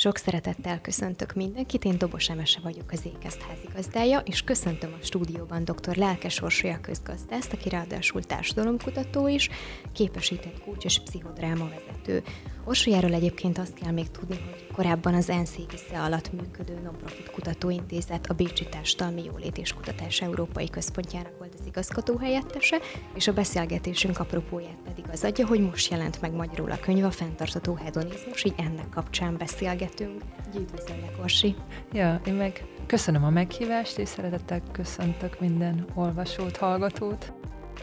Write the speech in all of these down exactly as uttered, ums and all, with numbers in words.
Sok szeretettel köszöntök mindenkit, én Dobos Emese vagyok, az Ékeszt házigazdája, és köszöntöm a stúdióban dr. Lelkes Orsolya közgazdászt, aki ráadásul társadalomkutató is, képesített coach és pszichodráma vezető. Orsolyáról egyébként azt kell még tudni, hogy korábban az ENSZ égisze alatt működő non-profit kutatóintézet, a Bécsi Társadalmi Jólét és Kutatás Európai Központjának volt az igazgató helyettese, és a beszélgetésünk apropóját pedig az adja, hogy most jelent meg magyarul a könyv, a Fenntartható hedonizmus, így ennek kapcsán beszélgetünk. Üdvözöllek, Orsi! Ja, én meg köszönöm a meghívást, és szeretettel köszöntök minden olvasót, hallgatót.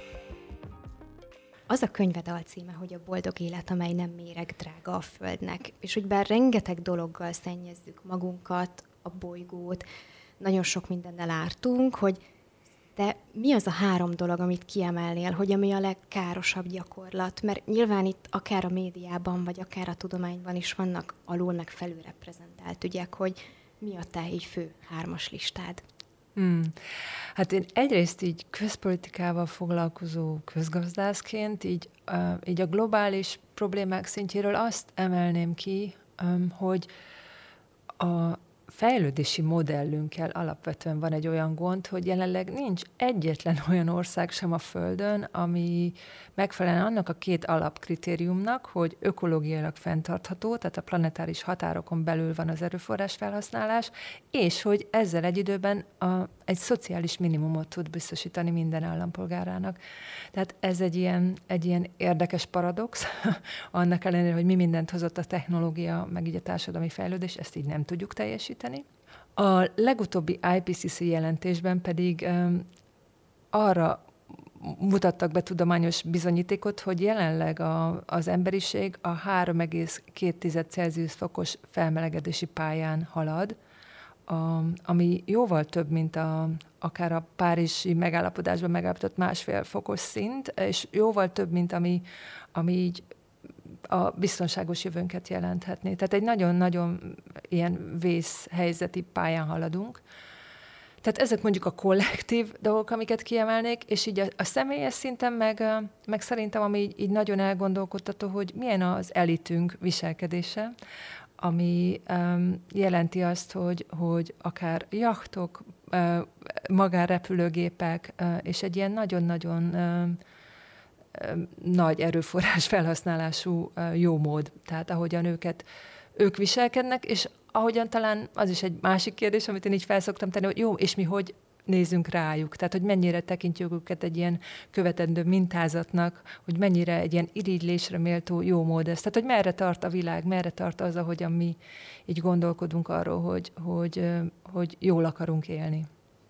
Az a könyved alcíme, hogy a boldog élet, amely nem méreg drága a Földnek, és hogy bár rengeteg dologgal szennyezzük magunkat, a bolygót, nagyon sok mindennel ártunk, hogy de mi az a három dolog, amit kiemelnél, hogy ami a legkárosabb gyakorlat? Mert nyilván itt akár a médiában, vagy akár a tudományban is vannak alul meg felül reprezentált ügyek, hogy mi a te így fő hármas listád? Hmm. Hát én egyrészt így közpolitikával foglalkozó közgazdászként, így, uh, így a globális problémák szintjéről azt emelném ki, um, hogy a fejlődési modellünkkel alapvetően van egy olyan gond, hogy jelenleg nincs egyetlen olyan ország sem a Földön, ami megfelelően annak a két alapkritériumnak, hogy ökológiailag fenntartható, tehát a planetáris határokon belül van az erőforrás felhasználás, és hogy ezzel egy időben a, egy szociális minimumot tud biztosítani minden állampolgárának. Tehát ez egy ilyen, egy ilyen érdekes paradox, annak ellenére, hogy mi mindent hozott a technológia, meg így a társadalmi fejlődés, ezt így nem tudjuk teljesíteni. A legutóbbi I P C C jelentésben pedig um, arra mutattak be tudományos bizonyítékot, hogy jelenleg a, az emberiség a három egész két Celsius fokos felmelegedési pályán halad, a, ami jóval több, mint a, akár a párizsi megállapodásban megállapított másfél fokos szint, és jóval több, mint ami, ami így a biztonságos jövőnket jelenthetné. Tehát egy nagyon-nagyon ilyen vészhelyzeti pályán haladunk. Tehát ezek mondjuk a kollektív dolgok, amiket kiemelnék, és így a, a személyes szinten meg, meg szerintem, ami így, így nagyon elgondolkodtató, hogy milyen az elitünk viselkedése, ami um, jelenti azt, hogy, hogy akár jachtok, uh, magánrepülőgépek, uh, és egy ilyen nagyon-nagyon uh, nagy erőforrás felhasználású jó mód. Tehát ahogyan őket, ők viselkednek, és ahogyan talán az is egy másik kérdés, amit én így felszoktam tenni, hogy jó, és mi hogy nézünk rájuk? Tehát, hogy mennyire tekintjük őket egy ilyen követendő mintázatnak, hogy mennyire egy ilyen irigylésre méltó jó mód ez. Tehát, hogy merre tart a világ, merre tart az, ahogyan mi így gondolkodunk arról, hogy, hogy, hogy jól akarunk élni.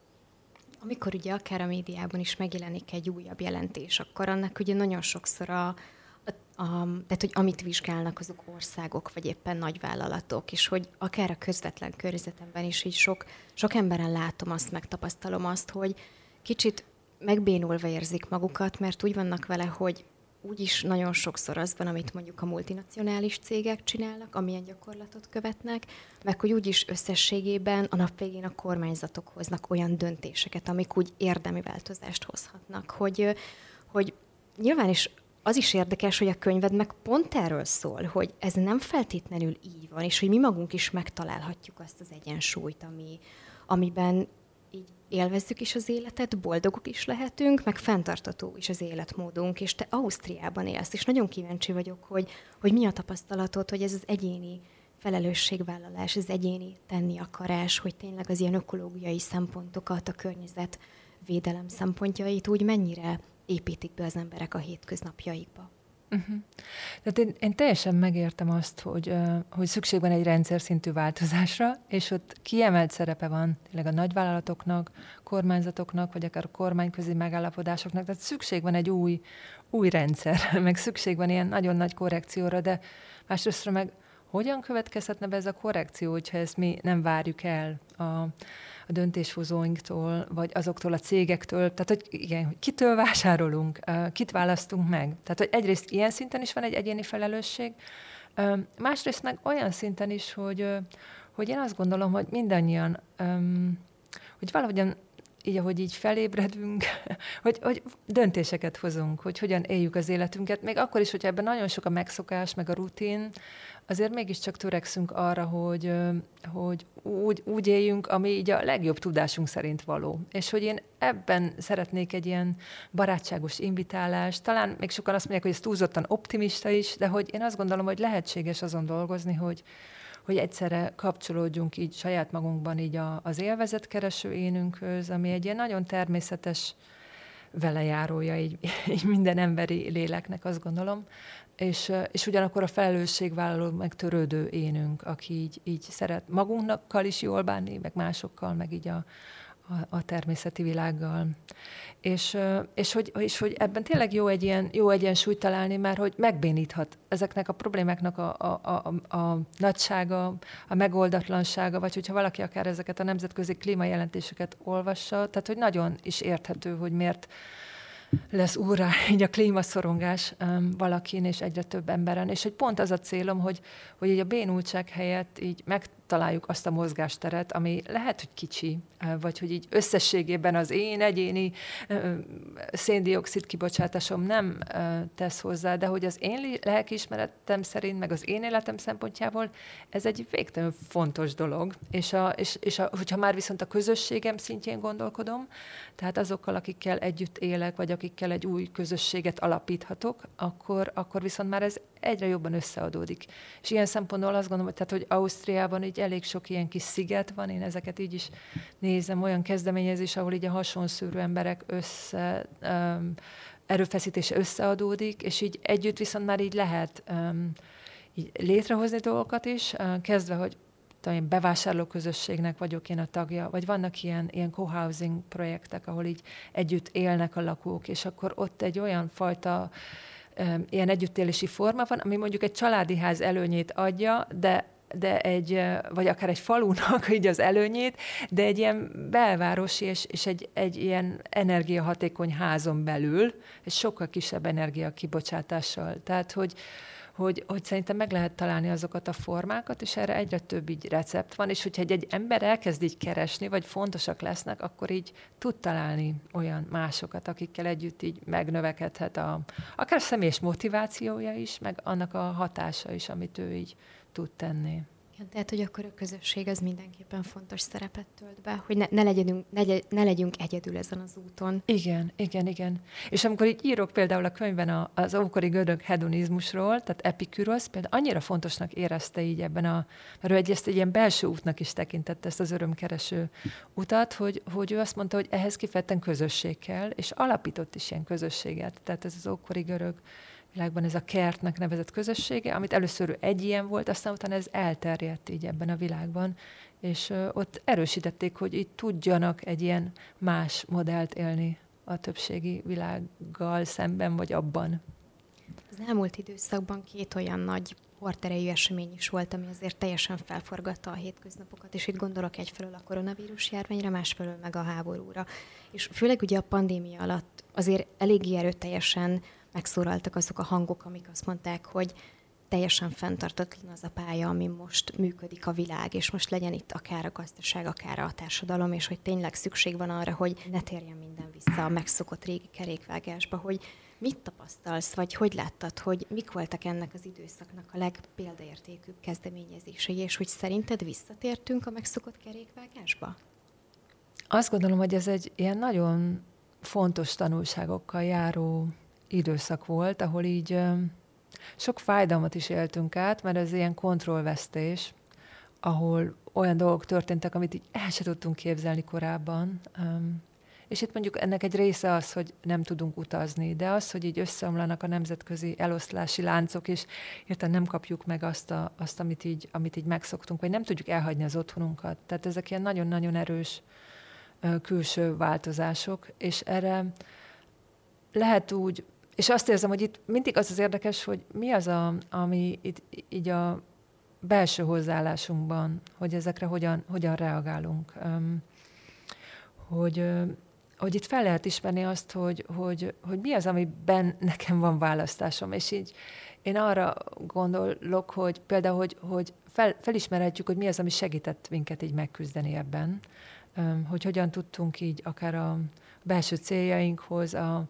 Amikor ugye akár a médiában is megjelenik egy újabb jelentés, akkor annak ugye nagyon sokszor a, a, a tehát, hogy amit vizsgálnak azok országok, vagy éppen nagyvállalatok, és hogy akár a közvetlen környezetemben is így sok, sok emberen látom azt, megtapasztalom azt, hogy kicsit megbénulva érzik magukat, mert úgy vannak vele, hogy úgyis nagyon sokszor az van, amit mondjuk a multinacionális cégek csinálnak, amilyen gyakorlatot követnek, meg hogy úgyis összességében a nap végén a kormányzatok hoznak olyan döntéseket, amik úgy érdemi változást hozhatnak. Hogy, hogy nyilván is az is érdekes, hogy a könyved meg pont erről szól, hogy ez nem feltétlenül így van, és hogy mi magunk is megtalálhatjuk azt az egyensúlyt, ami, amiben így élvezzük is az életet, boldogok is lehetünk, meg fenntartató is az életmódunk, és te Ausztriában élsz, és nagyon kíváncsi vagyok, hogy, hogy mi a tapasztalatod, hogy ez az egyéni felelősségvállalás, az egyéni tenni akarás, hogy tényleg az ilyen ökológiai szempontokat, a környezetvédelem szempontjait úgy mennyire építik be az emberek a hétköznapjaikba. Uh-huh. Tehát én, én teljesen megértem azt, hogy, uh, hogy szükség van egy rendszer szintű változásra, és ott kiemelt szerepe van tényleg a nagyvállalatoknak, kormányzatoknak, vagy akár a kormányközi megállapodásoknak, tehát szükség van egy új, új rendszer, meg szükség van ilyen nagyon nagy korrekcióra, de másrésztről meg hogyan következhetne be ez a korrekció, hogyha ezt mi nem várjuk el a, a döntéshozóinktól, vagy azoktól a cégektől, tehát hogy igen, hogy kitől vásárolunk, kit választunk meg. Tehát, hogy egyrészt ilyen szinten is van egy egyéni felelősség, másrészt meg olyan szinten is, hogy, hogy én azt gondolom, hogy mindannyian, hogy valahogyan így ahogy így felébredünk, hogy, hogy döntéseket hozunk, hogy hogyan éljük az életünket, még akkor is, hogyha ebben nagyon sok a megszokás, meg a rutin, azért mégiscsak törekszünk arra, hogy, hogy úgy, úgy éljünk, ami így a legjobb tudásunk szerint való. És hogy én ebben szeretnék egy ilyen barátságos invitálást, talán még sokan azt mondják, hogy ez túlzottan optimista is, de hogy én azt gondolom, hogy lehetséges azon dolgozni, hogy, hogy egyszerre kapcsolódjunk így saját magunkban így a, az élvezetkereső énünkhöz, ami egy ilyen nagyon természetes velejárója így, így minden emberi léleknek, azt gondolom, és, és ugyanakkor a felelősségvállaló, meg törődő énünk, aki így, így szeret magunkkal is jól bánni, meg másokkal, meg így a, a, a természeti világgal. És, és, hogy, és hogy ebben tényleg jó egy ilyen jó egyensúlyt találni, mert hogy megbéníthat ezeknek a problémáknak a, a, a, a nagysága, a megoldatlansága, vagy hogyha valaki akár ezeket a nemzetközi klímajelentéseket olvassa, tehát hogy nagyon is érthető, hogy miért lesz úrrá így a klímaszorongás um, valakin és egyre több emberen. És hogy pont az a célom, hogy, hogy így a bénultság helyett így megtaláljuk azt a mozgásteret, ami lehet, hogy kicsi, vagy hogy így összességében az én egyéni uh, széndioxid kibocsátásom nem uh, tesz hozzá, de hogy az én lelkiismeretem szerint, meg az én életem szempontjából ez egy végtelenül fontos dolog. És, a, és, és a, hogyha már viszont a közösségem szintjén gondolkodom, tehát azokkal, akikkel együtt élek, vagy akikkel egy új közösséget alapíthatok, akkor, akkor viszont már ez egyre jobban összeadódik. És ilyen szempontból azt gondolom, hogy, tehát, hogy Ausztriában így elég sok ilyen kis sziget van, én ezeket így is nézem, olyan kezdeményezés, ahol így a hasonszőrű emberek össze, um, erőfeszítése összeadódik, és így együtt viszont már így lehet um, így létrehozni dolgokat is, uh, kezdve, hogy talán bevásárlóközösségnek vagyok én a tagja, vagy vannak ilyen, ilyen co-housing projektek, ahol így együtt élnek a lakók, és akkor ott egy olyan fajta um, ilyen együttélési forma van, ami mondjuk egy családi ház előnyét adja, de de egy, vagy akár egy falunak így az előnyét, de egy ilyen belvárosi és, és egy, egy ilyen energiahatékony házon belül, egy sokkal kisebb energiakibocsátással. Tehát, hogy, hogy, hogy szerintem meg lehet találni azokat a formákat, és erre egyre több így recept van, és hogyha egy, egy ember elkezd így keresni, vagy fontosak lesznek, akkor így tud találni olyan másokat, akikkel együtt így megnövekedhet a, akár a személyes motivációja is, meg annak a hatása is, amit ő így tud tenni. Ja, tehát, hogy akkor a közösség az mindenképpen fontos szerepet tölt be, hogy ne, ne, legyünk, ne, ne legyünk egyedül ezen az úton. Igen, igen, igen. És amikor így írok például a könyvben a, az ókori görög hedonizmusról, tehát Epikurosz például annyira fontosnak érezte így ebben a, mert ő egy, ezt egy ilyen belső útnak is tekintette, ezt az örömkereső utat, hogy, hogy ő azt mondta, hogy ehhez kifejezetten közösség kell, és alapított is ilyen közösséget. Tehát ez az ókori görög világban ez a kertnek nevezett közössége, amit először egy ilyen volt, aztán utána ez elterjedt így ebben a világban, és ö, ott erősítették, hogy itt tudjanak egy ilyen más modellt élni a többségi világgal szemben, vagy abban. Az elmúlt időszakban két olyan nagy horderejű esemény is volt, ami azért teljesen felforgatta a hétköznapokat, és itt gondolok egyfelől a koronavírus járványra, másfelől meg a háborúra. És főleg ugye a pandémia alatt azért eléggé erőteljesen megszólaltak azok a hangok, amik azt mondták, hogy teljesen fenntartatlan az a pálya, ami most működik a világ, és most legyen itt akár a gazdaság, akár a társadalom, és hogy tényleg szükség van arra, hogy ne térjen minden vissza a megszokott régi kerékvágásba, hogy mit tapasztalsz, vagy hogy láttad, hogy mik voltak ennek az időszaknak a legpéldaértékűbb kezdeményezései, és hogy szerinted visszatértünk a megszokott kerékvágásba? Azt gondolom, hogy ez egy ilyen nagyon fontos tanulságokkal járó időszak volt, ahol így ö, sok fájdalmat is éltünk át, mert ez ilyen kontrollvesztés, ahol olyan dolgok történtek, amit így el sem tudtunk képzelni korábban. Um, és itt mondjuk ennek egy része az, hogy nem tudunk utazni, de az, hogy így összeomlanak a nemzetközi eloszlási láncok, és hirtelen nem kapjuk meg azt, a, azt amit, így, amit így megszoktunk, vagy nem tudjuk elhagyni az otthonunkat. Tehát ezek ilyen nagyon-nagyon erős ö, külső változások, és erre lehet úgy, és azt érzem, hogy itt mindig az az érdekes, hogy mi az, a, ami itt így a belső hozzáállásunkban, hogy ezekre hogyan, hogyan reagálunk. Um, hogy, hogy itt fel lehet ismerni azt, hogy, hogy, hogy mi az, amiben nekem van választásom. És így én arra gondolok, hogy például, hogy, hogy fel, felismerhetjük, hogy mi az, ami segített minket így megküzdeni ebben. hogy hogyan tudtunk így akár a belső céljainkhoz, a,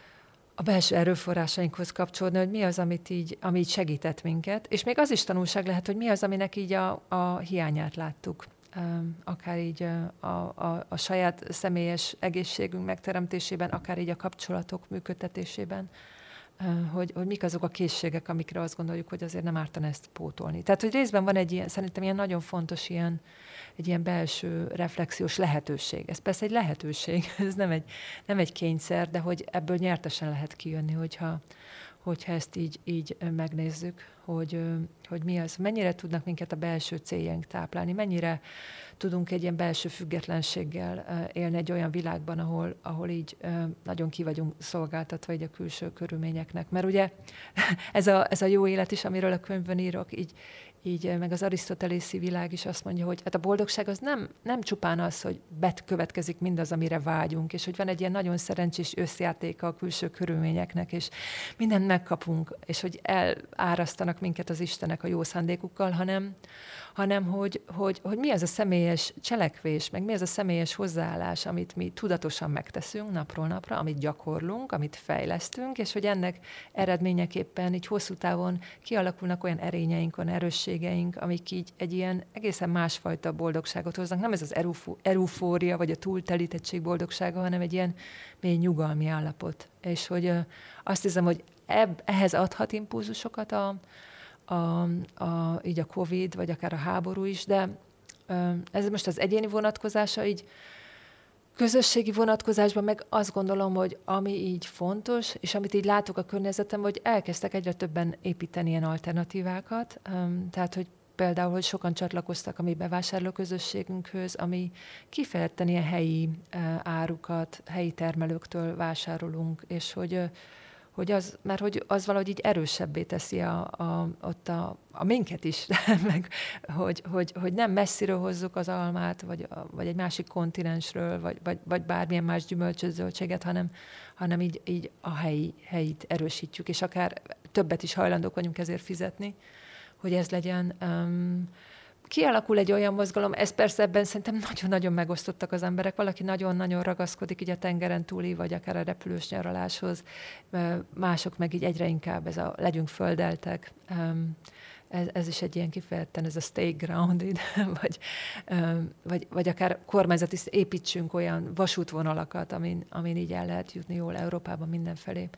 a belső erőforrásainkhoz kapcsolódni, hogy mi az, amit így, ami így segített minket. És még az is tanulság lehet, hogy mi az, aminek így a, a hiányát láttuk. Akár így a, a, a saját személyes egészségünk megteremtésében, akár így a kapcsolatok működtetésében, hogy, hogy mik azok a készségek, amikre azt gondoljuk, hogy azért nem ártana ezt pótolni. Tehát, hogy részben van egy ilyen, szerintem ilyen nagyon fontos ilyen, egy ilyen belső reflexiós lehetőség. Ez persze egy lehetőség, ez nem egy, nem egy kényszer, de hogy ebből nyertesen lehet kijönni, hogyha, hogyha ezt így, így megnézzük, hogy, hogy mi az, mennyire tudnak minket a belső céljaink táplálni, mennyire tudunk egy ilyen belső függetlenséggel élni egy olyan világban, ahol, ahol így nagyon ki vagyunk szolgáltatva így a külső körülményeknek. Mert ugye ez a, ez a jó élet is, amiről a könyvben írok, így, így meg az arisztotelészi világ is azt mondja, hogy hát a boldogság az nem, nem csupán az, hogy betkövetkezik mindaz, amire vágyunk, és hogy van egy ilyen nagyon szerencsés összjátéka a külső körülményeknek, és mindent megkapunk, és hogy elárasztanak minket az Istenek a jó szándékukkal, hanem, hanem hogy, hogy, hogy mi az a személyes cselekvés, meg mi az a személyes hozzáállás, amit mi tudatosan megteszünk napról napra, amit gyakorlunk, amit fejlesztünk, és hogy ennek eredményeképpen így hosszú távon kialakulnak olyan erényeink, olyan erősségeink, amik így egy ilyen egészen másfajta boldogságot hoznak. Nem ez az erufória, vagy a túltelítettség boldogsága, hanem egy ilyen mély nyugalmi állapot. És hogy azt hiszem, hogy ebb, ehhez adhat impulzusokat a A, a, így a Covid, vagy akár a háború is, de ez most az egyéni vonatkozása, így közösségi vonatkozásban meg azt gondolom, hogy ami így fontos, és amit így látok a környezetem, hogy elkezdtek egyre többen építeni ilyen alternatívákat, tehát, hogy például, hogy sokan csatlakoztak a mi bevásárlóközösségünkhöz, ami kifejezetten ilyen helyi árukat, helyi termelőktől vásárolunk, és hogy hogy az, mert hogy az valahogy így erősebbé teszi a, a, ott a, a minket is, meg hogy, hogy, hogy nem messziről hozzuk az almát, vagy, a, vagy egy másik kontinensről, vagy, vagy, vagy bármilyen más gyümölcsöt, zöldséget, hanem, hanem így, így a helyi, helyit erősítjük, és akár többet is hajlandók vagyunk ezért fizetni, hogy ez legyen. Um, Kialakul egy olyan mozgalom, ez persze ebben szerintem nagyon-nagyon megosztottak az emberek, valaki nagyon-nagyon ragaszkodik így a tengeren túli, vagy akár a repülős nyaraláshoz, mások meg így egyre inkább ez a legyünk földeltek. Ez, ez is egy ilyen kifejezetten, ez a stay grounded, vagy, vagy, vagy akár kormányzati építsünk olyan vasútvonalakat, amin, amin így el lehet jutni jól Európában mindenfelé.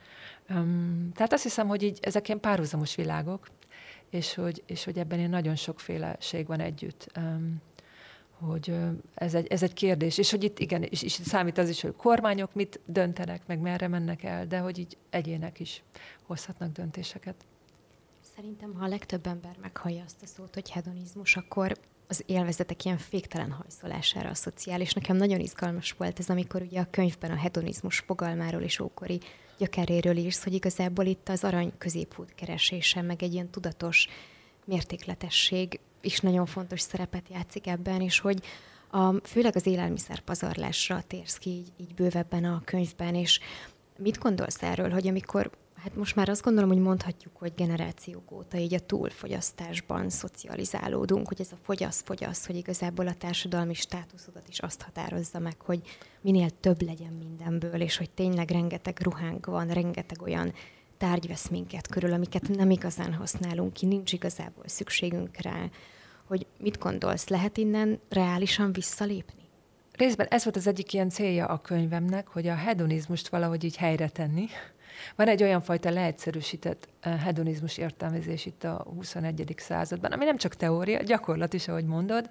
Tehát azt hiszem, hogy így ezek ilyen párhuzamos világok, és hogy, és hogy ebben ilyen nagyon sokféleség van együtt, um, hogy ez egy, ez egy kérdés, és hogy itt igen, és, és számít az is, hogy kormányok mit döntenek, meg merre mennek el, de hogy így egyének is hozhatnak döntéseket. Szerintem, ha a legtöbb ember meghallja azt a szót, hogy hedonizmus, akkor az élvezetek ilyen féktelen hajszolására asszociál, és nekem nagyon izgalmas volt ez, amikor ugye a könyvben a hedonizmus fogalmáról és ókori gyökeréről írsz, hogy igazából itt az arany középút keresése, meg egy ilyen tudatos mértékletesség is nagyon fontos szerepet játszik ebben, és hogy a, főleg az élelmiszer pazarlásra térsz ki így, így bővebben a könyvben, és mit gondolsz erről, hogy amikor, hát most már azt gondolom, hogy mondhatjuk, hogy generációk óta így a túlfogyasztásban szocializálódunk, hogy ez a fogyasz-fogyasz, hogy igazából a társadalmi státuszodat is azt határozza meg, hogy minél több legyen mindenből, és hogy tényleg rengeteg ruhánk van, rengeteg olyan tárgy vesz minket körül, amiket nem igazán használunk ki, nincs igazából szükségünk rá. Hogy mit gondolsz, lehet innen reálisan visszalépni? Részben ez volt az egyik ilyen célja a könyvemnek, hogy a hedonizmust valahogy így helyre tenni. Van egy olyan fajta leegyszerűsített hedonizmus értelmezés itt a huszonegyedik században, ami nem csak teória, gyakorlat is, ahogy mondod,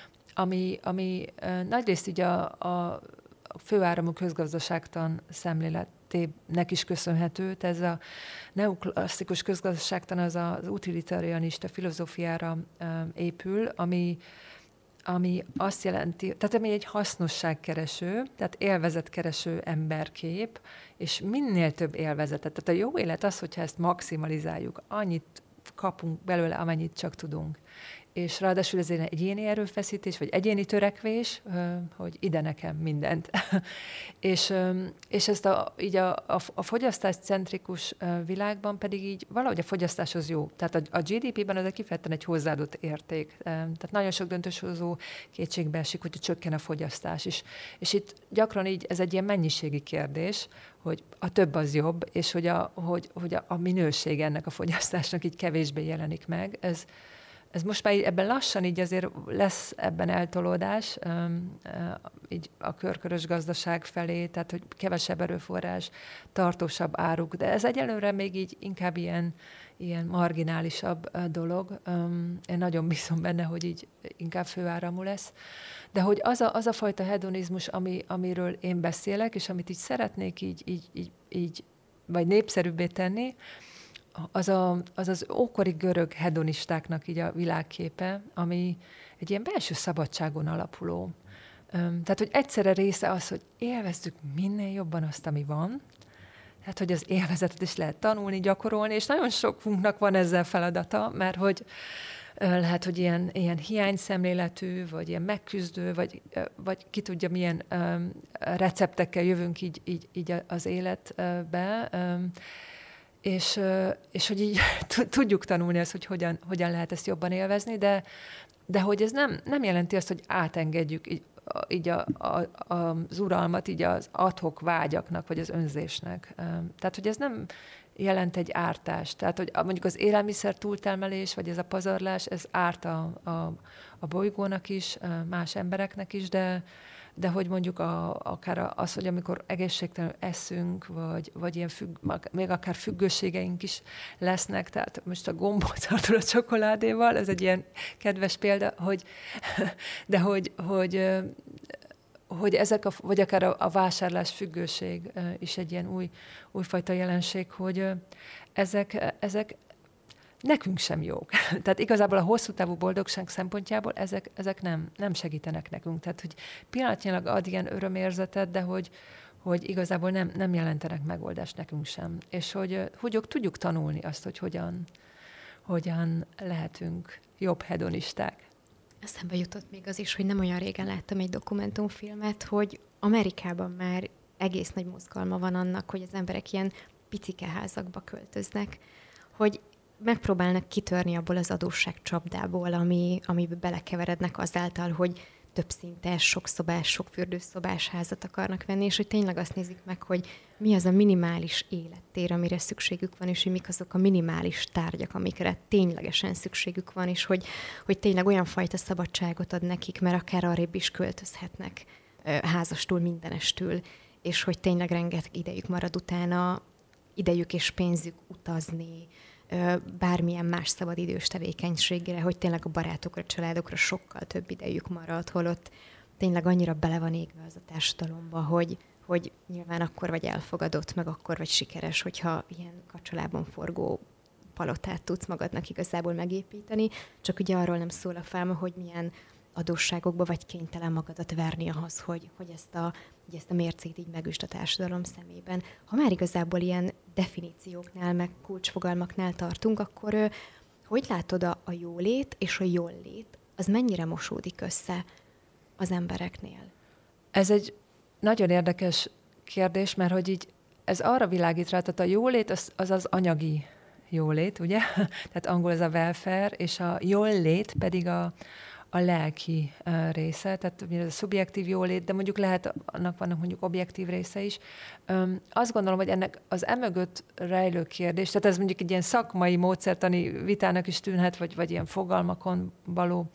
ami, ami nagyrészt így a, a főáramú közgazdaságtan szemléletének is köszönhető. Ez a neoklasszikus közgazdaságtan az az utilitarianista filozófiára épül, ami ami azt jelenti, tehát ami egy hasznosságkereső, tehát élvezetkereső emberkép, és minél több élvezetet. Tehát a jó élet az, hogyha ezt maximalizáljuk, annyit kapunk belőle, amennyit csak tudunk. és ráadásul ez egy egyéni erőfeszítés, vagy egyéni törekvés, hogy ide nekem mindent. és, és ezt a, így a, a, a fogyasztáscentrikus világban pedig így valahogy a fogyasztás az jó. Tehát a, a gé dé pében az kifejezetten egy hozzáadott érték. Tehát nagyon sok döntéshozó kétségbe esik, hogy csökken a fogyasztás is. És itt gyakran így ez egy ilyen mennyiségi kérdés, hogy a több az jobb, és hogy a, hogy, hogy a, a minőség ennek a fogyasztásnak így kevésbé jelenik meg. Ez, ez most már ebben lassan így azért lesz ebben eltolódás, így a körkörös gazdaság felé, tehát hogy kevesebb erőforrás, tartósabb áruk, de ez egyelőre még így inkább ilyen, ilyen marginálisabb dolog. Én nagyon bízom benne, hogy így inkább főáramú lesz. De hogy az a, az a fajta hedonizmus, ami, amiről én beszélek, és amit így szeretnék így, így, így, így vagy népszerűbbé tenni, az, a, az az ókori görög hedonistáknak így a világképe, ami egy ilyen belső szabadságon alapuló. Tehát, hogy egyszerre része az, hogy élvezzük minél jobban azt, ami van, tehát, hogy az élvezetet is lehet tanulni, gyakorolni, és nagyon sokunknak van ezzel feladata, mert hogy lehet, hogy ilyen, ilyen hiányszemléletű, vagy ilyen megküzdő, vagy, vagy ki tudja, milyen um, receptekkel jövünk így, így, így az életbe, um, és, és hogy így tudjuk tanulni azt, hogy hogyan, hogyan lehet ezt jobban élvezni, de, de hogy ez nem, nem jelenti azt, hogy átengedjük így, így a, a, az uralmat így az ad-hoc vágyaknak, vagy az önzésnek. Tehát, hogy ez nem jelent egy ártást. Tehát, hogy mondjuk az élelmiszer túltermelés, vagy ez a pazarlás, ez árt a, a, a bolygónak is, más embereknek is, de, de hogy mondjuk a, akár az, hogy amikor egészségtelenül eszünk, vagy, vagy ilyen függ, még akár függőségeink is lesznek, tehát most a gombócartól a csokoládéval, ez egy ilyen kedves példa, hogy, de hogy, hogy, hogy ezek, a, vagy akár a, a vásárlás függőség is egy ilyen új, újfajta jelenség, hogy ezek, ezek nekünk sem jók. Tehát igazából a hosszú távú boldogság szempontjából ezek, ezek nem, nem segítenek nekünk. Tehát, hogy pillanatnyilag ad ilyen örömérzetet, de hogy, hogy igazából nem, nem jelentenek megoldást nekünk sem. És hogy, hogy tudjuk tanulni azt, hogy hogyan, hogyan lehetünk jobb hedonisták. Eszembe jutott még az is, hogy nem olyan régen láttam egy dokumentumfilmet, hogy Amerikában már egész nagy mozgalma van annak, hogy az emberek ilyen picike házakba költöznek, hogy megpróbálnak kitörni abból az adósság csapdából, ami, amiben belekeverednek azáltal, hogy többszintes, sokszobás, sok fürdőszobás házat akarnak venni, és hogy tényleg azt nézik meg, hogy mi az a minimális élettér, amire szükségük van, és hogy mik azok a minimális tárgyak, amikre ténylegesen szükségük van, és hogy, hogy tényleg olyan fajta szabadságot ad nekik, mert akár arrébb is költözhetnek házastól, mindenestől, és hogy tényleg rengeteg idejük marad utána, idejük és pénzük utazni, bármilyen más szabadidős tevékenységre, hogy tényleg a barátokra, a családokra sokkal több idejük marad, holott tényleg annyira bele van égve az a társadalomba, hogy, hogy nyilván akkor vagy elfogadott, meg akkor vagy sikeres, hogyha ilyen kacsalában forgó palotát tudsz magadnak igazából megépíteni, csak ugye arról nem szól a fáma, hogy milyen adósságokba vagy kénytelen magadat verni ahhoz, hogy, hogy ezt, a, hogy ezt a mércét így megüsd a társadalom szemében. Ha már igazából ilyen definícióknál, meg kulcsfogalmaknál tartunk, akkor ö, hogy látod a, a jólét és a jól-lét, az mennyire mosódik össze az embereknél? Ez egy nagyon érdekes kérdés, mert hogy így ez arra világít rá, tehát a jólét az az, az anyagi jólét, ugye? Tehát angol ez a welfare, és a jól-lét pedig a a lelki uh, része, tehát ez a szubjektív jólét, de mondjuk lehet, annak vannak mondjuk objektív része is. Um, azt gondolom, hogy ennek az emögött rejlő kérdés, tehát ez mondjuk egy ilyen szakmai, módszertani vitának is tűnhet, vagy, vagy ilyen fogalmakon való,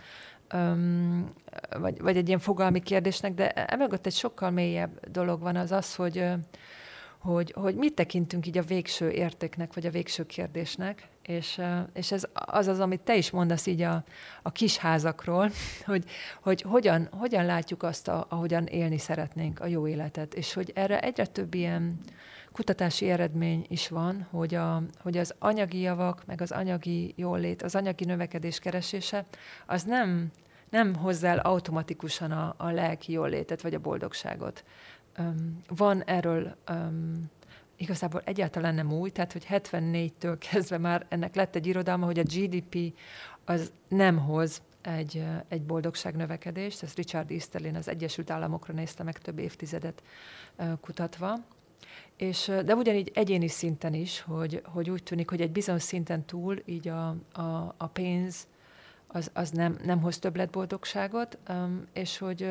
um, vagy, vagy egy ilyen fogalmi kérdésnek, de emögött egy sokkal mélyebb dolog van, az az, hogy uh, Hogy, hogy mit tekintünk így a végső értéknek, vagy a végső kérdésnek, és, és ez az az, amit te is mondasz így a, a kis házakról, hogy, hogy hogyan, hogyan látjuk azt, a, ahogyan élni szeretnénk a jó életet, és hogy erre egyre több ilyen kutatási eredmény is van, hogy, a, hogy az anyagi javak, meg az anyagi jólét, az anyagi növekedés keresése, az nem, nem hozzá el automatikusan a, a lelki jólétet, vagy a boldogságot. Um, van erről um, igazából egyáltalán nem új, tehát hogy hetvennégytől kezdve már ennek lett egy irodalma, hogy a gé dé pé az nem hoz egy, egy boldogság növekedést. Ezt Richard Easterlin az Egyesült Államokra nézte meg több évtizedet kutatva. És, de ugyanígy egyéni szinten is, hogy, hogy úgy tűnik, hogy egy bizonyos szinten túl így a, a, a pénz az, az nem, nem hoz többletboldogságot, és hogy,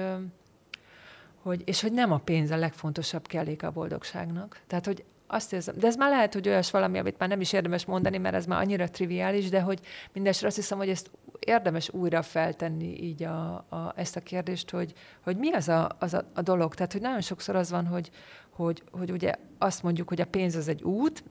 hogy, és hogy nem a pénz a legfontosabb kelléke a boldogságnak. Tehát, hogy azt érzem, de ez már lehet, hogy olyas valami, amit már nem is érdemes mondani, mert ez már annyira triviális, de hogy mindesre azt hiszem, hogy ezt érdemes újra feltenni így a, a, ezt a kérdést, hogy, hogy mi az, a, az a, a dolog. Tehát, hogy nagyon sokszor az van, hogy, hogy, hogy ugye azt mondjuk, hogy a pénz az egy út,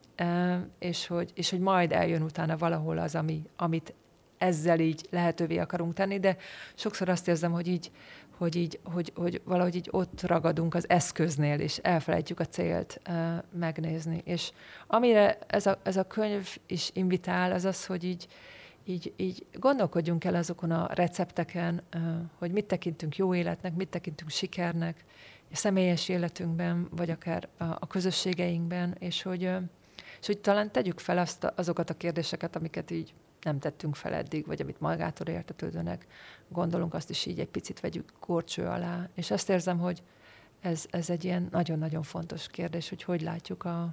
és hogy, és hogy majd eljön utána valahol az, ami, amit ezzel így lehetővé akarunk tenni, de sokszor azt érzem, hogy így, hogy, így, hogy, hogy valahogy így ott ragadunk az eszköznél, és elfelejtjük a célt uh, megnézni. És amire ez a, ez a könyv is invitál, az az, hogy így, így, így gondolkodjunk el azokon a recepteken, uh, hogy mit tekintünk jó életnek, mit tekintünk sikernek, a személyes életünkben, vagy akár a, a közösségeinkben, és hogy, uh, és hogy talán tegyük fel azt a, azokat a kérdéseket, amiket így nem tettünk fel eddig, vagy amit magától értetődőnek gondolunk, azt is így egy picit vegyük górcső alá. És azt érzem, hogy ez, ez egy ilyen nagyon-nagyon fontos kérdés, hogy hogy látjuk a,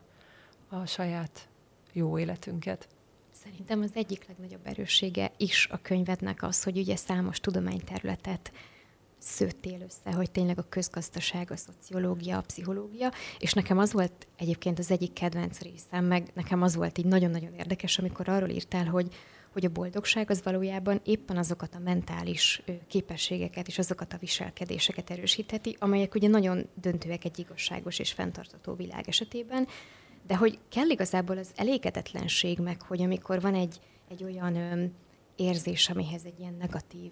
a saját jó életünket. Szerintem az egyik legnagyobb erőssége is a könyvednek az, hogy ugye számos tudományterületet szőttél össze, hogy tényleg a közgazdaság, a szociológia, a pszichológia, és nekem az volt egyébként az egyik kedvenc részem, meg nekem az volt így nagyon-nagyon érdekes, amikor arról írtál, hogy, hogy a boldogság az valójában éppen azokat a mentális képességeket és azokat a viselkedéseket erősítheti, amelyek ugye nagyon döntőek egy igazságos és fenntartható világ esetében, de hogy kell igazából az elégedetlenség meg, hogy amikor van egy, egy olyan ö, érzés, amihez egy ilyen negatív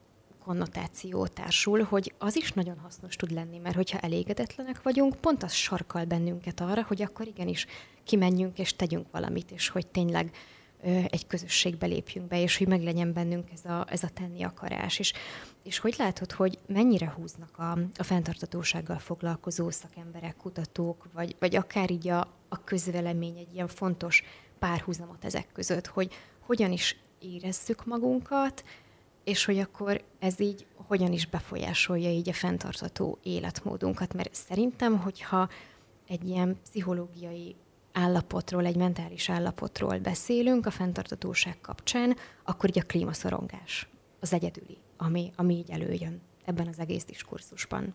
konnotáció társul, hogy az is nagyon hasznos tud lenni, mert hogyha elégedetlenek vagyunk, pont az sarkal bennünket arra, hogy akkor igenis kimenjünk és tegyünk valamit, és hogy tényleg ö, egy közösségbe lépjünk be, és hogy meglegyen bennünk ez a, ez a tenni akarás. És, és hogy látod, hogy mennyire húznak a, a fenntarthatósággal foglalkozó szakemberek, kutatók, vagy, vagy akár így a, a közvélemény egy ilyen fontos párhuzamot ezek között, hogy hogyan is érezzük magunkat, és hogy akkor ez így hogyan is befolyásolja így a fenntartható életmódunkat. Mert szerintem, hogyha egy ilyen pszichológiai állapotról, egy mentális állapotról beszélünk a fenntarthatóság kapcsán, akkor így a klímaszorongás az egyedüli, ami, ami így előjön ebben az egész diskurzusban.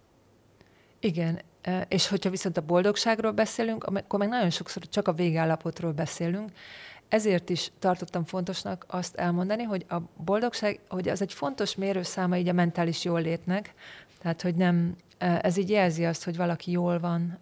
Igen, és hogyha viszont a boldogságról beszélünk, akkor meg nagyon sokszor csak a végállapotról beszélünk. Ezért is tartottam fontosnak azt elmondani, hogy a boldogság, hogy az egy fontos mérőszáma így a mentális jólétnek, tehát hogy nem, ez így jelzi azt, hogy valaki jól van,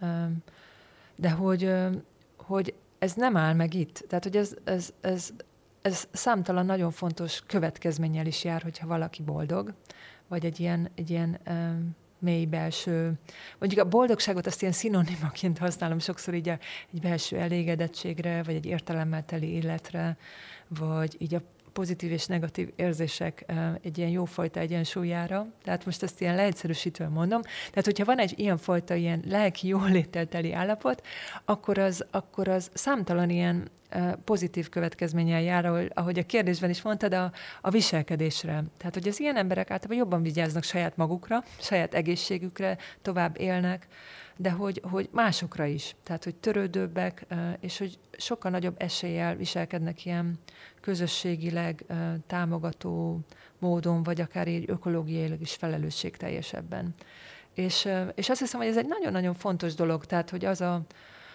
de hogy, hogy ez nem áll meg itt. Tehát, hogy ez, ez, ez, ez számtalan nagyon fontos következménnyel is jár, hogyha valaki boldog, vagy egy ilyen, egy ilyen mély belső, mondjuk a boldogságot azt ilyen szinonimaként használom sokszor így a, egy belső elégedettségre, vagy egy értelemmel teli életre, vagy így a pozitív és negatív érzések egy ilyen jófajta egyensúlyára. Tehát most ezt ilyen leegyszerűsítve mondom. Tehát, hogyha van egy ilyenfajta ilyen lelki jóléttel teli állapot, akkor az, akkor az számtalan ilyen pozitív következménnyel jár, ahogy, ahogy a kérdésben is mondtad, a, a viselkedésre. Tehát, hogy az ilyen emberek általában jobban vigyáznak saját magukra, saját egészségükre, tovább élnek, de hogy, hogy másokra is. Tehát, hogy törődőbbek, és hogy sokkal nagyobb eséllyel viselkednek ilyen közösségileg támogató módon, vagy akár így ökológiailag is felelősségteljesebben. És, és azt hiszem, hogy ez egy nagyon-nagyon fontos dolog, tehát, hogy az a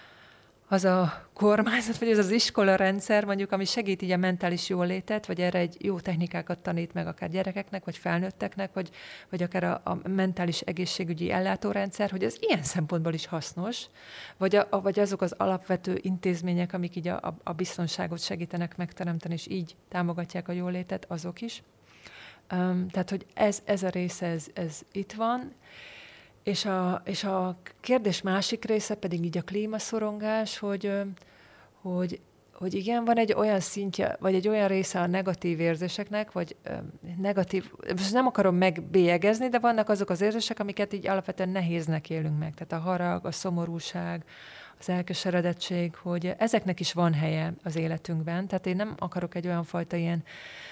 az a kormányzat, vagy az az iskolarendszer, mondjuk, ami segít így a mentális jólétet, vagy erre egy jó technikákat tanít meg akár gyerekeknek, vagy felnőtteknek, vagy, vagy akár a, a mentális egészségügyi ellátórendszer, hogy ez ilyen szempontból is hasznos, vagy, a, vagy azok az alapvető intézmények, amik így a, a biztonságot segítenek megteremteni, és így támogatják a jólétet, azok is. Um, tehát, hogy ez, ez a része, ez, ez itt van. És a, és a kérdés másik része pedig így a klímaszorongás, hogy, hogy, hogy igen, van egy olyan szintje, vagy egy olyan része a negatív érzéseknek, vagy negatív, most nem akarom megbélyegezni, de vannak azok az érzések, amiket így alapvetően nehéznek élünk meg. Tehát a harag, a szomorúság, az elkeseredettség, hogy ezeknek is van helye az életünkben. Tehát én nem akarok egy olyan fajta ilyen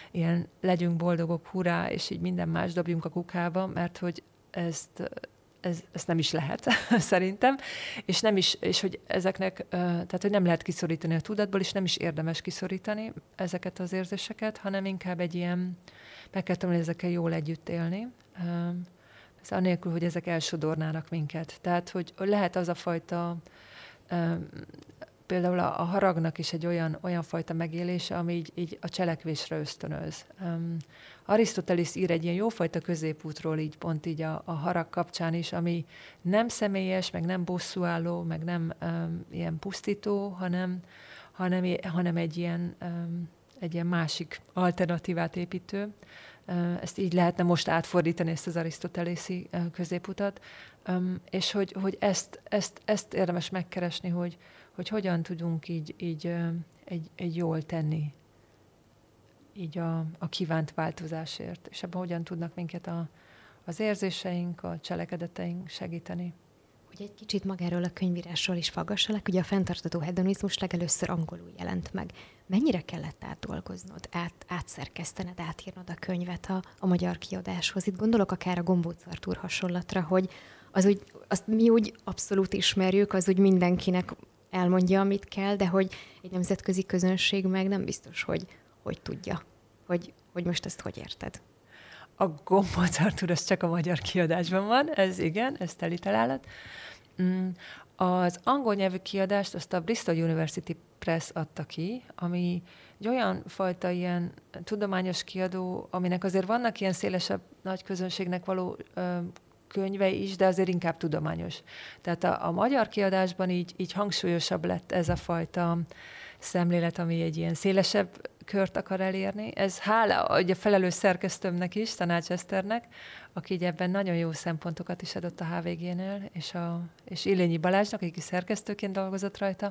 ilyen legyünk boldogok, hurrá, és így minden más dobjunk a kukába, mert hogy ezt, ez, ezt nem is lehet, szerintem, és nem is, és hogy ezeknek, tehát hogy nem lehet kiszorítani a tudatból, és nem is érdemes kiszorítani ezeket az érzéseket, hanem inkább egy ilyen, meg kell tanulni ezekkel jól együtt élni, ez anélkül, hogy ezek elsodornának minket. Tehát, hogy lehet az a fajta, például a, a haragnak is egy olyan, olyan fajta megélése, ami így, így a cselekvésre ösztönöz. Um, Arisztotelész ír egy ilyen jófajta középútról, így pont így a, a harag kapcsán is, ami nem személyes, meg nem bosszúálló, meg nem um, ilyen pusztító, hanem, hanem, hanem egy, ilyen, um, egy ilyen másik alternatívát építő. Uh, ezt így lehetne most átfordítani, ezt az arisztotelészi uh, középutat, um, és hogy, hogy ezt, ezt, ezt érdemes megkeresni, hogy hogy hogyan tudunk így, így egy, egy jól tenni így a, a kívánt változásért, és ebben hogyan tudnak minket a, az érzéseink, a cselekedeteink segíteni. Ugye egy kicsit magáról a könyvírásról is faggassalak, ugye a fenntartható hedonizmus legelőször angolul jelent meg. Mennyire kellett átdolgoznod, át, átszerkesztened, átírnod a könyvet a, a magyar kiadáshoz? Itt gondolok akár a Gombóc Artúr hasonlatra, hogy az úgy, azt mi úgy abszolút ismerjük, az úgy mindenkinek elmondja, amit kell, de hogy egy nemzetközi közönség meg nem biztos, hogy, hogy tudja, hogy, hogy most ezt hogy érted. A Gombóc Artúr az csak a magyar kiadásban van, ez igen, ez teli találat. Az angol nyelvű kiadást azt a Bristol University Press adta ki, ami egy olyan fajta ilyen tudományos kiadó, aminek azért vannak ilyen szélesebb nagy közönségnek való könyve is, de azért inkább tudományos. Tehát a, a magyar kiadásban így, így hangsúlyosabb lett ez a fajta szemlélet, ami egy ilyen szélesebb kört akar elérni. Ez hála a felelős szerkesztőmnek is, Tanács Eszternek, aki így ebben nagyon jó szempontokat is adott a há vé génél, és, a, és Illényi Balázsnak, aki szerkesztőként dolgozott rajta.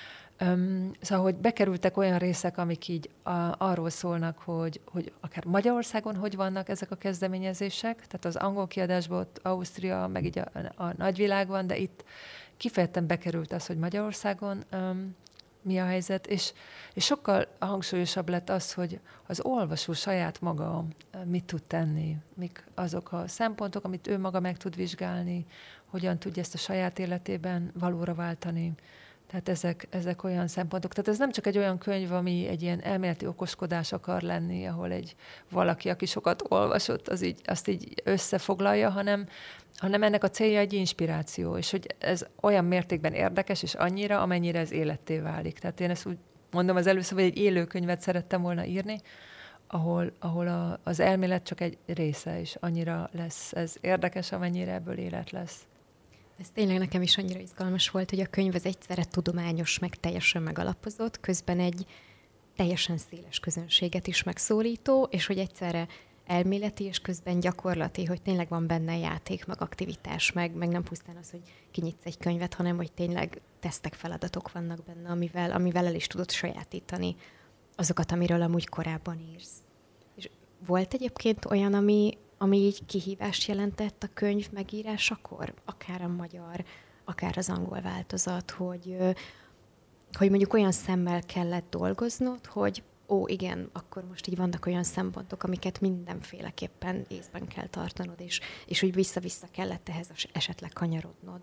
Um, szóval, hogy bekerültek olyan részek, amik így a, arról szólnak, hogy, hogy akár Magyarországon hogy vannak ezek a kezdeményezések, tehát az angol kiadásban ott Ausztria, meg így a, a nagyvilág van, de itt kifejezetten bekerült az, hogy Magyarországon um, mi a helyzet, és, és sokkal hangsúlyosabb lett az, hogy az olvasó saját maga mit tud tenni, mik azok a szempontok, amit ő maga meg tud vizsgálni, hogyan tudja ezt a saját életében valóra váltani. Tehát ezek, ezek olyan szempontok. Tehát ez nem csak egy olyan könyv, ami egy ilyen elméleti okoskodás akar lenni, ahol egy valaki, aki sokat olvasott, az így, azt így összefoglalja, hanem, hanem ennek a célja egy inspiráció, és hogy ez olyan mértékben érdekes, és annyira, amennyire ez életté válik. Tehát én ezt úgy mondom az először, hogy egy élő könyvet szerettem volna írni, ahol, ahol a, az elmélet csak egy része, és annyira lesz ez érdekes, amennyire ebből élet lesz. Ez tényleg nekem is annyira izgalmas volt, hogy a könyv az egyszerre tudományos, meg teljesen megalapozott, közben egy teljesen széles közönséget is megszólító, és hogy egyszerre elméleti, és közben gyakorlati, hogy tényleg van benne játék, meg aktivitás, meg, meg nem pusztán az, hogy kinyitsz egy könyvet, hanem hogy tényleg tesztek, feladatok vannak benne, amivel, amivel el is tudod sajátítani azokat, amiről amúgy korábban írsz. És volt egyébként olyan, ami ami így kihívást jelentett a könyv megírásakor, akár a magyar, akár az angol változat, hogy, hogy mondjuk olyan szemmel kellett dolgoznod, hogy ó, igen, akkor most így vannak olyan szempontok, amiket mindenféleképpen észben kell tartanod, és, és úgy vissza-vissza kellett ehhez esetleg kanyarodnod.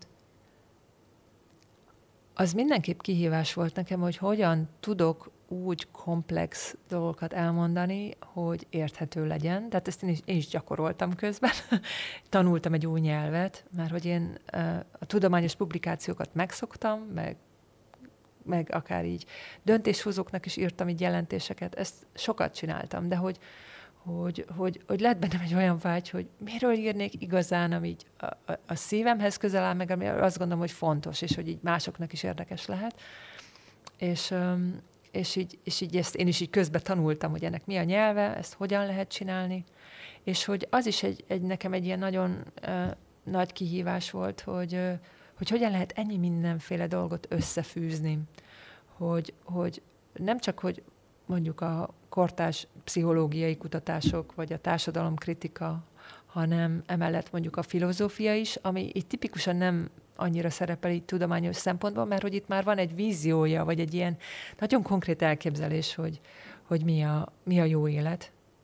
Az mindenképp kihívás volt nekem, hogy hogyan tudok úgy komplex dolgokat elmondani, hogy érthető legyen. Tehát ezt én is, én is gyakoroltam közben. Tanultam egy új nyelvet, mert hogy én a tudományos publikációkat megszoktam, meg, meg akár így döntéshozóknak is írtam így jelentéseket. Ezt sokat csináltam, de hogy, hogy, hogy, hogy lett bennem egy olyan vágy, hogy miről írnék igazán, ami így a, a, a szívemhez közel áll, meg ami azt gondolom, hogy fontos, és hogy így másoknak is érdekes lehet. És És így, és így ezt én is így közben tanultam, hogy ennek mi a nyelve, ezt hogyan lehet csinálni, és hogy az is egy, egy nekem egy ilyen nagyon uh, nagy kihívás volt, hogy, uh, hogy hogyan lehet ennyi mindenféle dolgot összefűzni, hogy, hogy nem csak, hogy mondjuk a kortárs pszichológiai kutatások, vagy a társadalomkritika, hanem emellett mondjuk a filozófia is, ami itt tipikusan nem annyira szerepel így tudományos szempontból, mert hogy itt már van egy víziója, vagy egy ilyen nagyon konkrét elképzelés, hogy, hogy mi, a, mi a jó élet.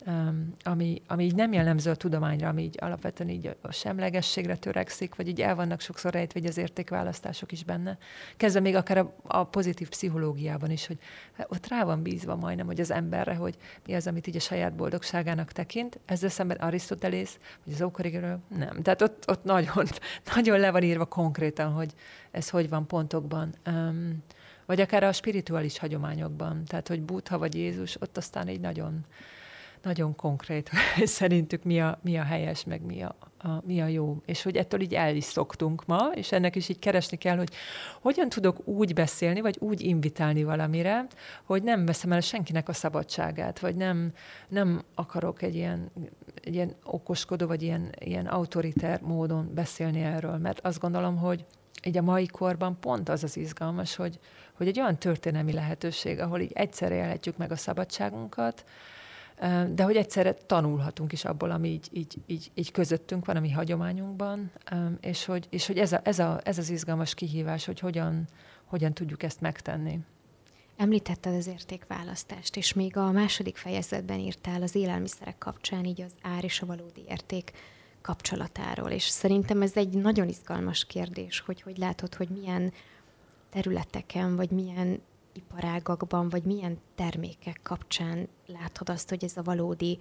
ami, ami így nem jellemző a tudományra, ami így alapvetően így a semlegességre törekszik, vagy így el vannak sokszor rejtve így az értékválasztások is benne. Kezdve még akár a, a pozitív pszichológiában is, hogy ott rá van bízva majdnem, hogy az emberre, hogy mi az, amit így a saját boldogságának tekint. Ezzel szemben Arisztotelész, vagy az ókoriról nem. Tehát ott, ott nagyon, nagyon le van írva konkrétan, hogy ez hogy van pontokban. Um, vagy akár a spirituális hagyományokban. Tehát, hogy Buddha vagy Jézus, ott aztán így nagyon, nagyon konkrét, hogy szerintük mi a, mi a helyes, meg mi a, a, mi a jó. És hogy ettől így el is szoktunk ma, és ennek is így keresni kell, hogy hogyan tudok úgy beszélni, vagy úgy invitálni valamire, hogy nem veszem el senkinek a szabadságát, vagy nem, nem akarok egy ilyen, egy ilyen okoskodó, vagy ilyen, ilyen autoriter módon beszélni erről. Mert azt gondolom, hogy így a mai korban pont az az izgalmas, hogy, hogy egy olyan történelmi lehetőség, ahol így egyszerre élhetjük meg a szabadságunkat, de hogy egyszerre tanulhatunk is abból, ami így, így, így, így közöttünk van, ami hagyományunkban, és hogy, és hogy ez, a, ez, a, ez az izgalmas kihívás, hogy hogyan, hogyan tudjuk ezt megtenni. Említetted az értékválasztást, és még a második fejezetben írtál az élelmiszerek kapcsán így az ár és a valódi érték kapcsolatáról, és szerintem ez egy nagyon izgalmas kérdés, hogy hogy látod, hogy milyen területeken, vagy milyen iparágakban, vagy milyen termékek kapcsán látod azt, hogy ez a valódi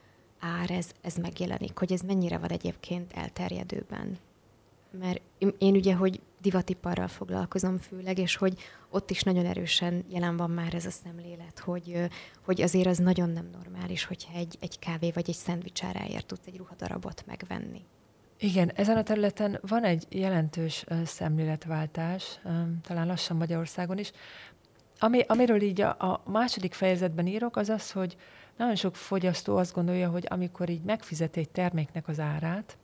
ár, ez, ez megjelenik, hogy ez mennyire van egyébként elterjedőben. Mert én ugye, hogy divatiparral foglalkozom főleg, és hogy ott is nagyon erősen jelen van már ez a szemlélet, hogy, hogy azért az nagyon nem normális, hogyha egy, egy kávé vagy egy szendvics áráért tudsz egy ruhadarabot megvenni. Igen, ezen a területen van egy jelentős uh, szemléletváltás, um, talán lassan Magyarországon is. Ami, amiről így a, a második fejezetben írok, az az, hogy nagyon sok fogyasztó azt gondolja, hogy amikor így megfizet egy terméknek az árát,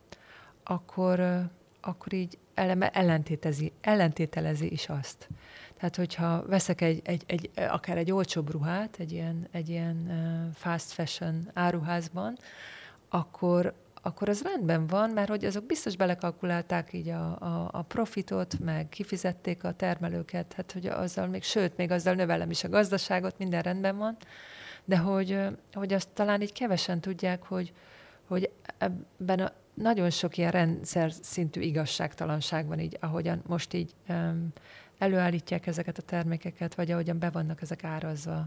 akkor, uh, akkor így eleme ellentétezi, ellentételezi is azt. Tehát, hogyha veszek egy, egy, egy, akár egy olcsóbb ruhát, egy ilyen, egy ilyen uh, fast fashion áruházban, akkor akkor az rendben van, mert hogy azok biztos belekalkulálták így a, a, a profitot, meg kifizették a termelőket, hát hogy azzal még, sőt, még azzal növelem is a gazdaságot, minden rendben van, de hogy, hogy azt talán így kevesen tudják, hogy, hogy ebben a nagyon sok ilyen rendszer szintű igazságtalanság van így, ahogyan most így um, előállítják ezeket a termékeket, vagy ahogyan be vannak ezek árazva.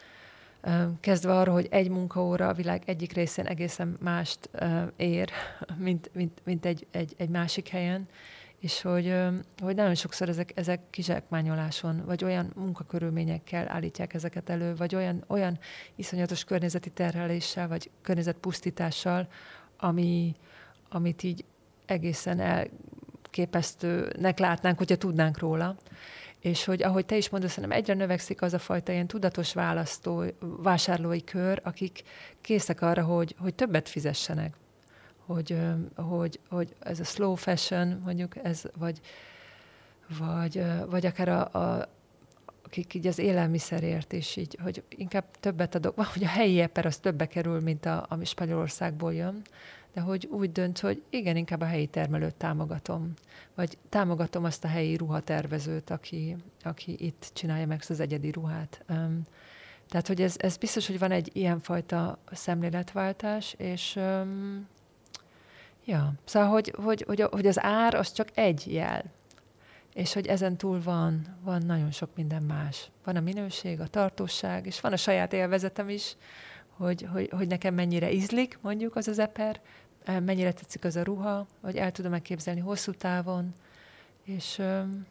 Kezdve arra, hogy egy munkaóra a világ egyik részén egészen mást uh, ér, mint, mint, mint egy, egy, egy másik helyen, és hogy, uh, hogy nagyon sokszor ezek, ezek kizsákmányoláson, vagy olyan munkakörülményekkel állítják ezeket elő, vagy olyan, olyan iszonyatos környezeti terheléssel, vagy környezetpusztítással, ami, amit így egészen elképesztőnek látnánk, hogyha tudnánk róla. És hogy ahogy te is mondod, szerintem egyre növekszik az a fajta ilyen tudatos választó, vásárlói kör, akik készek arra, hogy, hogy többet fizessenek. Hogy, hogy, hogy ez a slow fashion, mondjuk, ez, vagy, vagy, vagy akár a, a, akik így az élelmiszerért is, így, hogy inkább többet adok, hogy a helyi eper az többe kerül, mint a, ami Spanyolországból jön, de hogy úgy dönt, hogy igen, inkább a helyi termelőt támogatom, vagy támogatom azt a helyi ruhatervezőt, aki, aki itt csinálja meg az egyedi ruhát. Um, tehát, hogy ez, ez biztos, hogy van egy ilyenfajta szemléletváltás, és um, ja, szóval, hogy, hogy, hogy, hogy az ár az csak egy jel, és hogy ezen túl van, van nagyon sok minden más. Van a minőség, a tartóság, és van a saját élvezetem is, hogy, hogy, hogy nekem mennyire ízlik, mondjuk az az eper, mennyire tetszik az a ruha, hogy el tudom megképzelni hosszú távon, és,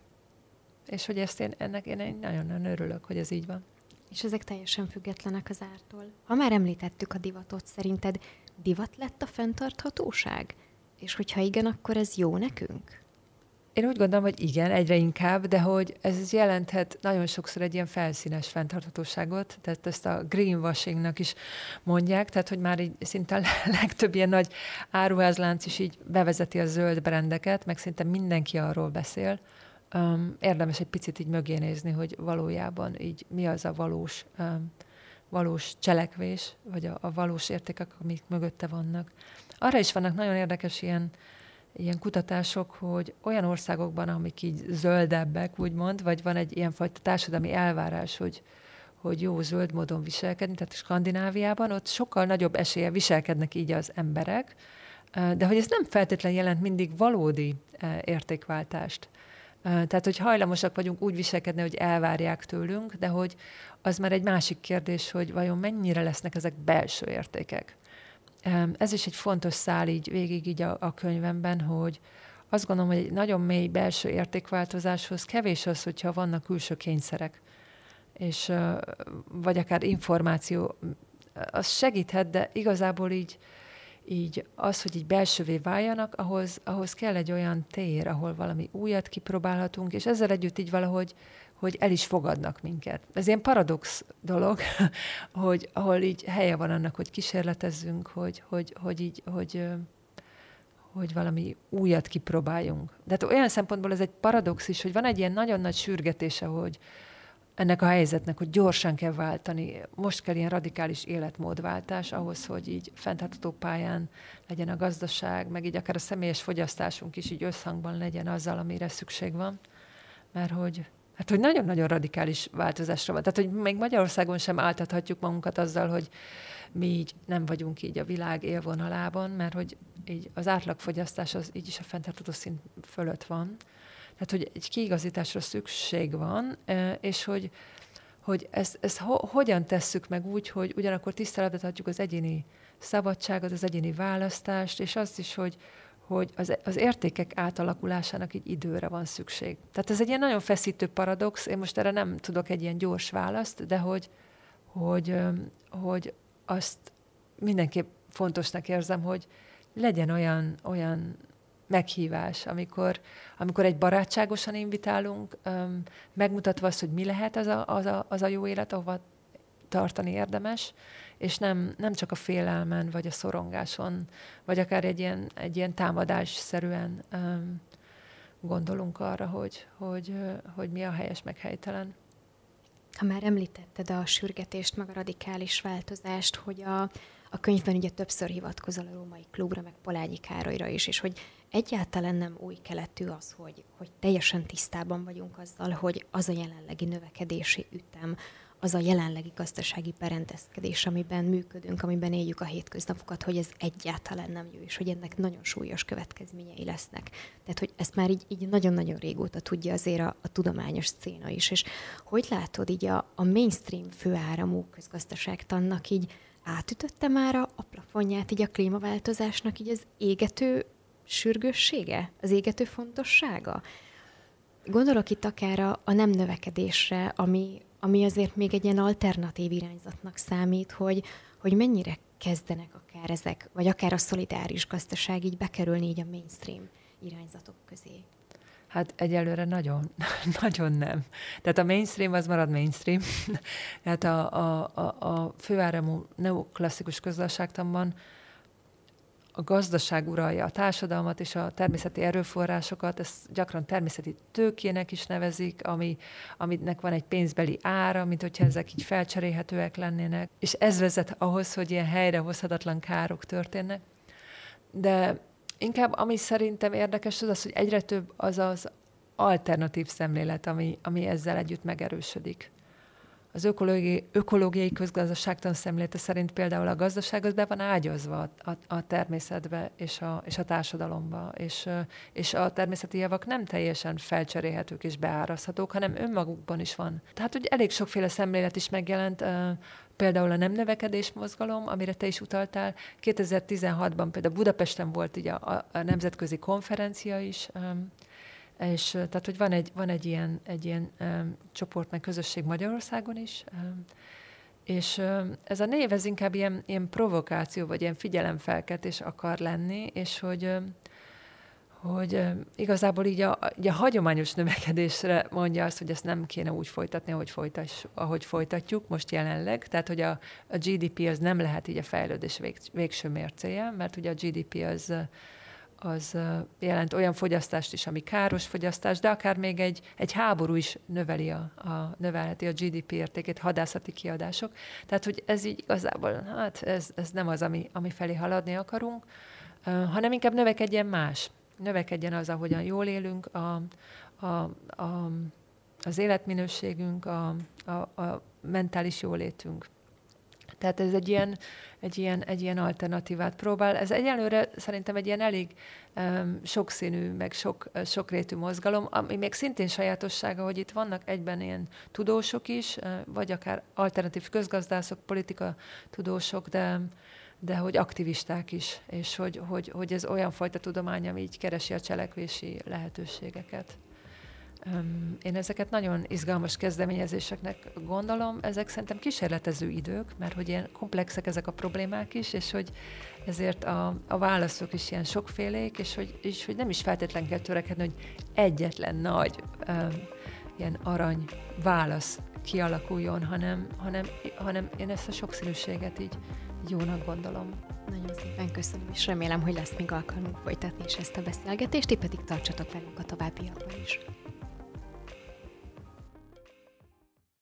és hogy ezt én, ennek én nagyon-nagyon örülök, hogy ez így van. És ezek teljesen függetlenek az ártól. Ha már említettük a divatot, szerinted divat lett a fenntarthatóság? És hogyha igen, akkor ez jó nekünk? Én úgy gondolom, hogy igen, egyre inkább, de hogy ez jelenthet nagyon sokszor egy ilyen felszínes fenntarthatóságot, tehát ezt a greenwashingnak is mondják, tehát hogy már így szinte a legtöbb ilyen nagy áruházlánc is így bevezeti a zöld brendeket, meg szinte mindenki arról beszél. Um, érdemes egy picit így mögé nézni, hogy valójában így mi az a valós, um, valós cselekvés, vagy a, a valós értékek, amik mögötte vannak. Arra is vannak nagyon érdekes ilyen ilyen kutatások, hogy olyan országokban, amik így zöldebbek, úgymond, vagy van egy ilyenfajta társadalmi elvárás, hogy, hogy jó zöld módon viselkedni, tehát Skandináviában ott sokkal nagyobb eséllyel viselkednek így az emberek, de hogy ez nem feltétlenül jelent mindig valódi értékváltást. Tehát, hogy hajlamosak vagyunk úgy viselkedni, hogy elvárják tőlünk, de hogy az már egy másik kérdés, hogy vajon mennyire lesznek ezek belső értékek. Ez is egy fontos szál így végig így a, a könyvemben, hogy azt gondolom, hogy egy nagyon mély belső értékváltozáshoz kevés az, hogyha vannak külső kényszerek, és, vagy akár információ, az segíthet, de igazából így, így az, hogy így belsővé váljanak, ahhoz, ahhoz kell egy olyan tér, ahol valami újat kipróbálhatunk, és ezzel együtt így valahogy hogy el is fogadnak minket. Ez ilyen paradox dolog, hogy ahol így helye van annak, hogy kísérletezzünk, hogy, hogy, hogy így, hogy, hogy valami újat kipróbáljunk. De hát olyan szempontból ez egy paradox is, hogy van egy ilyen nagyon nagy sürgetése, hogy ennek a helyzetnek, hogy gyorsan kell váltani. Most kell ilyen radikális életmódváltás ahhoz, hogy így fenntartható pályán legyen a gazdaság, meg így akár a személyes fogyasztásunk is így összhangban legyen azzal, amire szükség van. Mert hogy, hát, hogy nagyon-nagyon radikális változásra van. Tehát, hogy még Magyarországon sem áltathatjuk magunkat azzal, hogy mi így nem vagyunk így a világ élvonalában, mert hogy így az átlagfogyasztás az így is a fenntartható szint fölött van. Tehát, hogy egy kiigazításra szükség van, és hogy, hogy ezt, ezt ho, hogyan tesszük meg úgy, hogy ugyanakkor tiszteletben tartjuk az egyéni szabadságot, az egyéni választást, és azt is, hogy, hogy az, az értékek átalakulásának így időre van szükség. Tehát ez egy ilyen nagyon feszítő paradox, én most erre nem tudok egy ilyen gyors választ, de hogy, hogy, hogy azt mindenképp fontosnak érzem, hogy legyen olyan, olyan meghívás, amikor, amikor egy barátságosan invitálunk, um, megmutatva azt, hogy mi lehet az a, az, a, az a jó élet, ahova tartani érdemes, és nem, nem csak a félelmen, vagy a szorongáson, vagy akár egy ilyen, egy ilyen támadásszerűen um, gondolunk arra, hogy, hogy, hogy mi a helyes, meg helytelen. Ha már említetted a sürgetést, meg a radikális változást, hogy a, a könyvben ugye többször hivatkozol a Római Klubra, meg Polágyi Károlyra is, és hogy egyáltalán nem új keletű az, hogy, hogy teljesen tisztában vagyunk azzal, hogy az a jelenlegi növekedési ütem, az a jelenlegi gazdasági berendezkedés, amiben működünk, amiben éljük a hétköznapokat, hogy ez egyáltalán nem jó, és hogy ennek nagyon súlyos következményei lesznek. Tehát, hogy ezt már így, így nagyon-nagyon régóta tudja azért a, a tudományos szcéna is. És hogy látod, így a, a mainstream főáramú közgazdaságtannak így átütötte már a, a plafonját így a klímaváltozásnak így az égető sürgőssége, az égető fontossága? Gondolok itt akár a, a nem növekedésre, ami, ami azért még egy ilyen alternatív irányzatnak számít, hogy, hogy mennyire kezdenek akár ezek, vagy akár a szolidáris gazdaság így bekerülni így a mainstream irányzatok közé. Hát egyelőre nagyon, nagyon nem. Tehát a mainstream az marad mainstream. Tehát a, a, a, a főáramú neoklasszikus gazdaságtanban a gazdaság uralja a társadalmat és a természeti erőforrásokat, ezt gyakran természeti tőkének is nevezik, ami, aminek van egy pénzbeli ára, mint hogyha ezek így felcserélhetőek lennének, és ez vezet ahhoz, hogy ilyen helyrehozhatatlan károk történnek. De inkább ami szerintem érdekes az az, hogy egyre több az az alternatív szemlélet, ami, ami ezzel együtt megerősödik. Az ökológiai, ökológiai közgazdaságtan szemlélete szerint például a gazdaság az be van ágyazva a, a természetbe és a, és a társadalomba, és, és a természeti javak nem teljesen felcserélhetők és beárazhatók, hanem önmagukban is van. Tehát, hogy elég sokféle szemlélet is megjelent, például a nem növekedés mozgalom, amire te is utaltál. kétezer-tizenhatban például Budapesten volt így a, a, a nemzetközi konferencia is, és tehát, hogy van egy, van egy ilyen, egy ilyen um, csoport, meg közösség Magyarországon is, um, és um, ez a név, ez inkább ilyen, ilyen provokáció, vagy ilyen figyelemfelkeltés akar lenni, és hogy, um, hogy um, igazából így a, így a hagyományos növekedésre mondja azt, hogy ezt nem kéne úgy folytatni, ahogy, folytass, ahogy folytatjuk most jelenleg, tehát, hogy a, a gé dé pé az nem lehet így a fejlődés vég, végső mércéje, mert ugye a gé dé pé az az jelent olyan fogyasztást is, ami káros fogyasztás, de akár még egy, egy háború is növeli a, a, növelheti a gé dé pé értékét, hadászati kiadások. Tehát, hogy ez így igazából, hát ez, ez nem az, ami, ami felé haladni akarunk, uh, hanem inkább növekedjen más. Növekedjen az, ahogyan jól élünk, a, a, a, az életminőségünk, a, a, a mentális jólétünk. Tehát ez egy ilyen, egy ilyen, egy ilyen alternatívát próbál. Ez egyelőre szerintem egy ilyen elég um, sokszínű, meg sok, sokrétű mozgalom, ami még szintén sajátossága, hogy itt vannak egyben ilyen tudósok is, uh, vagy akár alternatív közgazdászok, politika tudósok, de, de hogy aktivisták is, és hogy, hogy, hogy ez olyan fajta tudomány, ami így keresi a cselekvési lehetőségeket. Um, én ezeket nagyon izgalmas kezdeményezéseknek gondolom, ezek szerintem kísérletező idők, mert hogy ilyen komplexek ezek a problémák is, és hogy ezért a, a válaszok is ilyen sokfélék, és hogy, és hogy nem is feltétlen kell törekedni, hogy egyetlen nagy um, ilyen arany válasz kialakuljon, hanem, hanem, hanem én ezt a sokszínűséget így jónak gondolom. Nagyon szépen köszönöm, és remélem, hogy lesz még alkalmunk folytatni is ezt a beszélgetést, ti pedig tartsatok velünk a továbbiakban is.